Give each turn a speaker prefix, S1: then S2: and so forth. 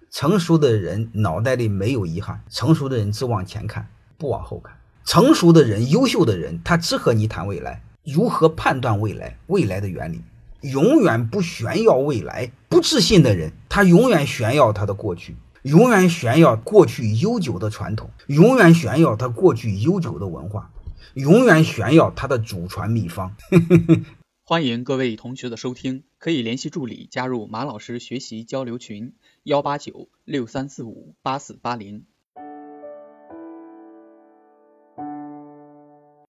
S1: 成熟的人脑袋里没有遗憾，成熟的人只往前看，不往后看。成熟的人，优秀的人，他只和你谈未来，如何判断未来，未来的原理，永远不炫耀未来。不自信的人，他永远炫耀他的过去，永远炫耀过去悠久的传统，永远炫耀他过去悠久的文化，永远炫耀他的祖传秘方。
S2: 欢迎各位同学的收听，可以联系助理加入马老师学习交流群18963458480。